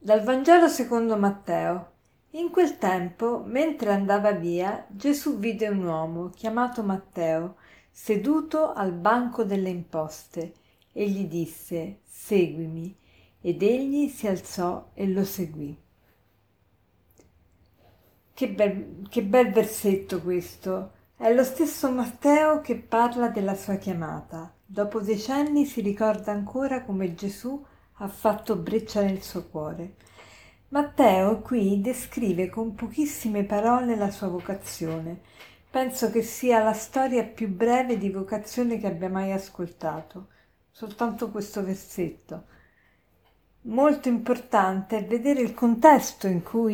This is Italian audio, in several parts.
Dal Vangelo secondo Matteo. In quel tempo, mentre andava via, Gesù vide un uomo chiamato Matteo, seduto al banco delle imposte, e gli disse: Seguimi. Ed egli si alzò e lo seguì. Che bel versetto questo! È lo stesso Matteo che parla della sua chiamata. Dopo decenni si ricorda ancora come Gesù ha fatto breccia nel suo cuore. Matteo qui descrive con pochissime parole la sua vocazione. Penso che sia la storia più breve di vocazione che abbia mai ascoltato. Soltanto questo versetto. Molto importante è vedere il contesto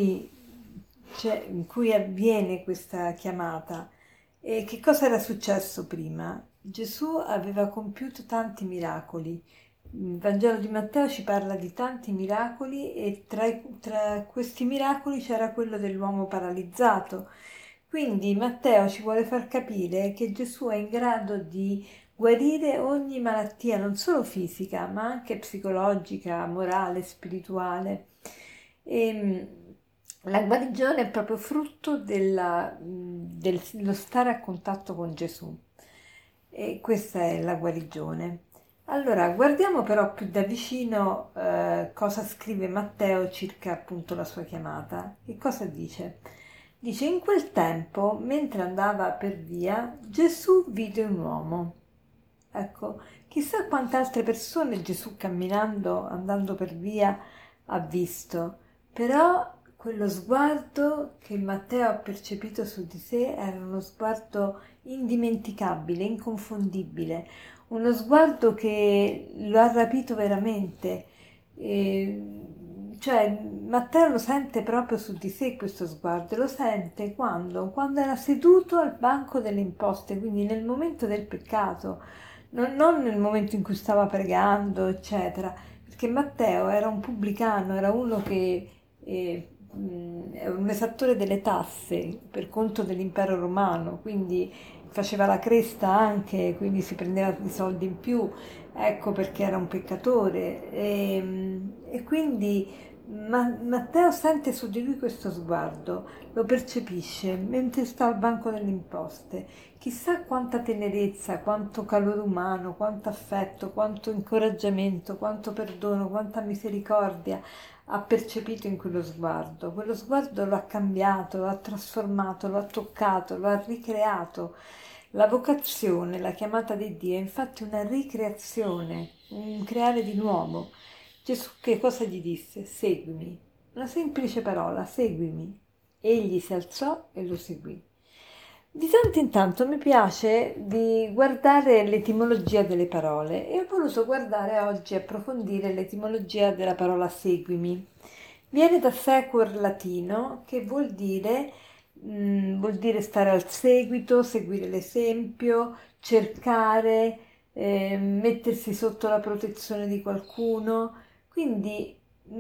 in cui avviene questa chiamata. E che cosa era successo prima? Gesù aveva compiuto tanti miracoli. Il Vangelo di Matteo ci parla di tanti miracoli e tra questi miracoli c'era quello dell'uomo paralizzato. Quindi Matteo ci vuole far capire che Gesù è in grado di guarire ogni malattia, non solo fisica, ma anche psicologica, morale, spirituale. E la guarigione è proprio frutto dello stare a contatto con Gesù. E questa è la guarigione. Allora, guardiamo però più da vicino cosa scrive Matteo circa appunto la sua chiamata. Che cosa dice? Dice: in quel tempo, mentre andava per via, Gesù vide un uomo. Ecco, chissà quante altre persone Gesù camminando, andando per via, ha visto, però quello sguardo che Matteo ha percepito su di sé era uno sguardo indimenticabile, inconfondibile, uno sguardo che lo ha rapito veramente. E, cioè, Matteo lo sente proprio su di sé questo sguardo, e lo sente quando era seduto al banco delle imposte, quindi nel momento del peccato, non nel momento in cui stava pregando, eccetera, perché Matteo era un pubblicano, era uno che è un esattore delle tasse per conto dell'impero romano, quindi faceva la cresta anche, quindi si prendeva dei soldi in più, ecco perché era un peccatore. E quindi Matteo sente su di lui questo sguardo, lo percepisce mentre sta al banco delle imposte. Chissà quanta tenerezza, quanto calore umano, quanto affetto, quanto incoraggiamento, quanto perdono, quanta misericordia ha percepito in quello sguardo. Quello sguardo lo ha cambiato, lo ha trasformato, lo ha toccato, lo ha ricreato. La vocazione, la chiamata di Dio, è infatti una ricreazione, un creare di nuovo. Gesù che cosa gli disse? Seguimi. Una semplice parola, seguimi. Egli si alzò e lo seguì. Di tanto in tanto mi piace di guardare l'etimologia delle parole e ho voluto guardare oggi, approfondire l'etimologia della parola seguimi. Viene da sequor latino, che vuol dire stare al seguito, seguire l'esempio, cercare, mettersi sotto la protezione di qualcuno. Quindi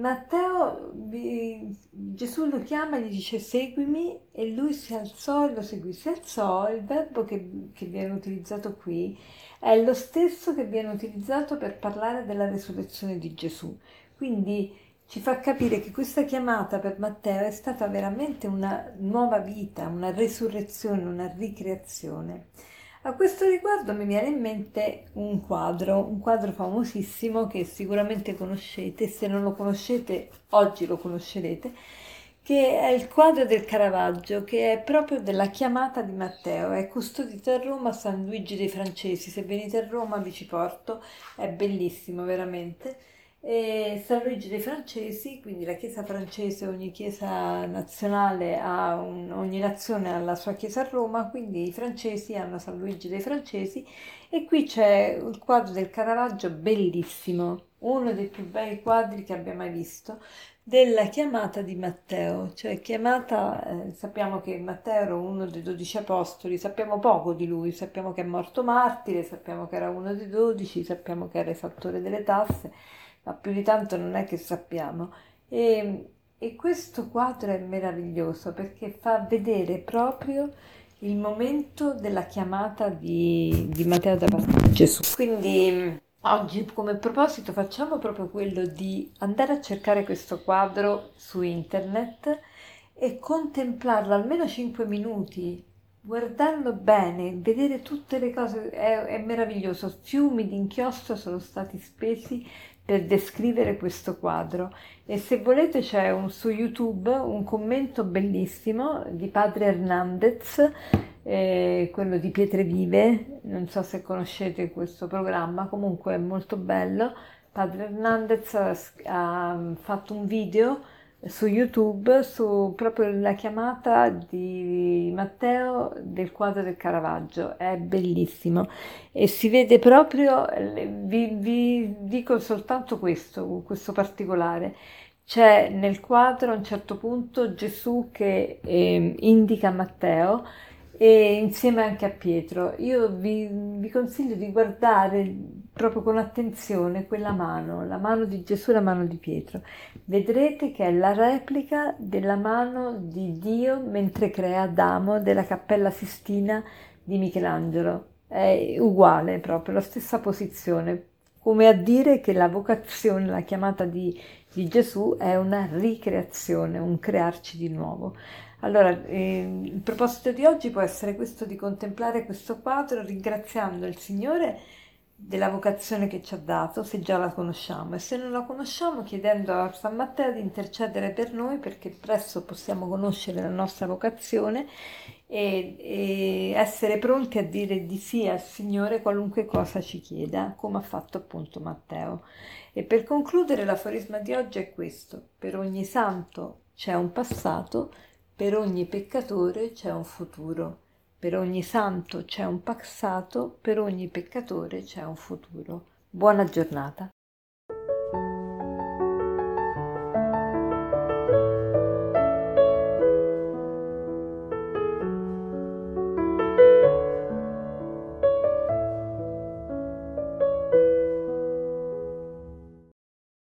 Gesù lo chiama e gli dice seguimi e lui si alzò e lo seguì. Si alzò, il verbo che viene utilizzato qui è lo stesso che viene utilizzato per parlare della resurrezione di Gesù. Quindi ci fa capire che questa chiamata per Matteo è stata veramente una nuova vita, una resurrezione, una ricreazione. A questo riguardo mi viene in mente un quadro famosissimo che sicuramente conoscete, se non lo conoscete oggi lo conoscerete, che è il quadro del Caravaggio, che è proprio della chiamata di Matteo, è custodito a Roma a San Luigi dei Francesi. Se venite a Roma vi ci porto, è bellissimo veramente. E San Luigi dei Francesi, quindi la chiesa francese, ogni chiesa nazionale ogni nazione ha la sua chiesa a Roma, quindi i francesi hanno San Luigi dei Francesi e qui c'è il quadro del Caravaggio bellissimo, uno dei più bei quadri che abbia mai visto, della chiamata di Matteo, cioè chiamata, sappiamo che Matteo era uno dei 12 apostoli, sappiamo poco di lui, sappiamo che è morto martire, sappiamo che era uno dei 12, sappiamo che era esattore delle tasse, ma più di tanto non è che sappiamo. E questo quadro è meraviglioso perché fa vedere proprio il momento della chiamata di Matteo da parte di Gesù. Quindi Oggi come proposito facciamo proprio quello di andare a cercare questo quadro su internet e contemplarlo almeno 5 minuti, guardarlo bene, vedere tutte le cose, è meraviglioso. Fiumi di inchiostro sono stati spesi per descrivere questo quadro e se volete c'è su YouTube un commento bellissimo di padre Hernandez, quello di Pietre Vive, non so se conoscete questo programma, comunque è molto bello. Padre Hernandez ha fatto un video su YouTube su proprio la chiamata di Matteo del quadro del Caravaggio, è bellissimo e si vede proprio, vi dico soltanto questo particolare. C'è nel quadro a un certo punto Gesù che indica Matteo e insieme anche a Pietro. Io vi consiglio di guardare proprio con attenzione quella mano, la mano di Gesù e la mano di Pietro. Vedrete che è la replica della mano di Dio mentre crea Adamo della Cappella Sistina di Michelangelo. È uguale proprio, la stessa posizione, come a dire che la vocazione, la chiamata di Gesù è una ricreazione, un crearci di nuovo. Allora, il proposito di oggi può essere questo di contemplare questo quadro ringraziando il Signore della vocazione che ci ha dato, se già la conosciamo, e se non la conosciamo chiedendo a San Matteo di intercedere per noi perché presto possiamo conoscere la nostra vocazione e essere pronti a dire di sì al Signore qualunque cosa ci chieda, come ha fatto appunto Matteo. E per concludere, l'aforisma di oggi è questo: per ogni santo c'è un passato, per ogni peccatore c'è un futuro. Per ogni santo c'è un passato, per ogni peccatore c'è un futuro. Buona giornata.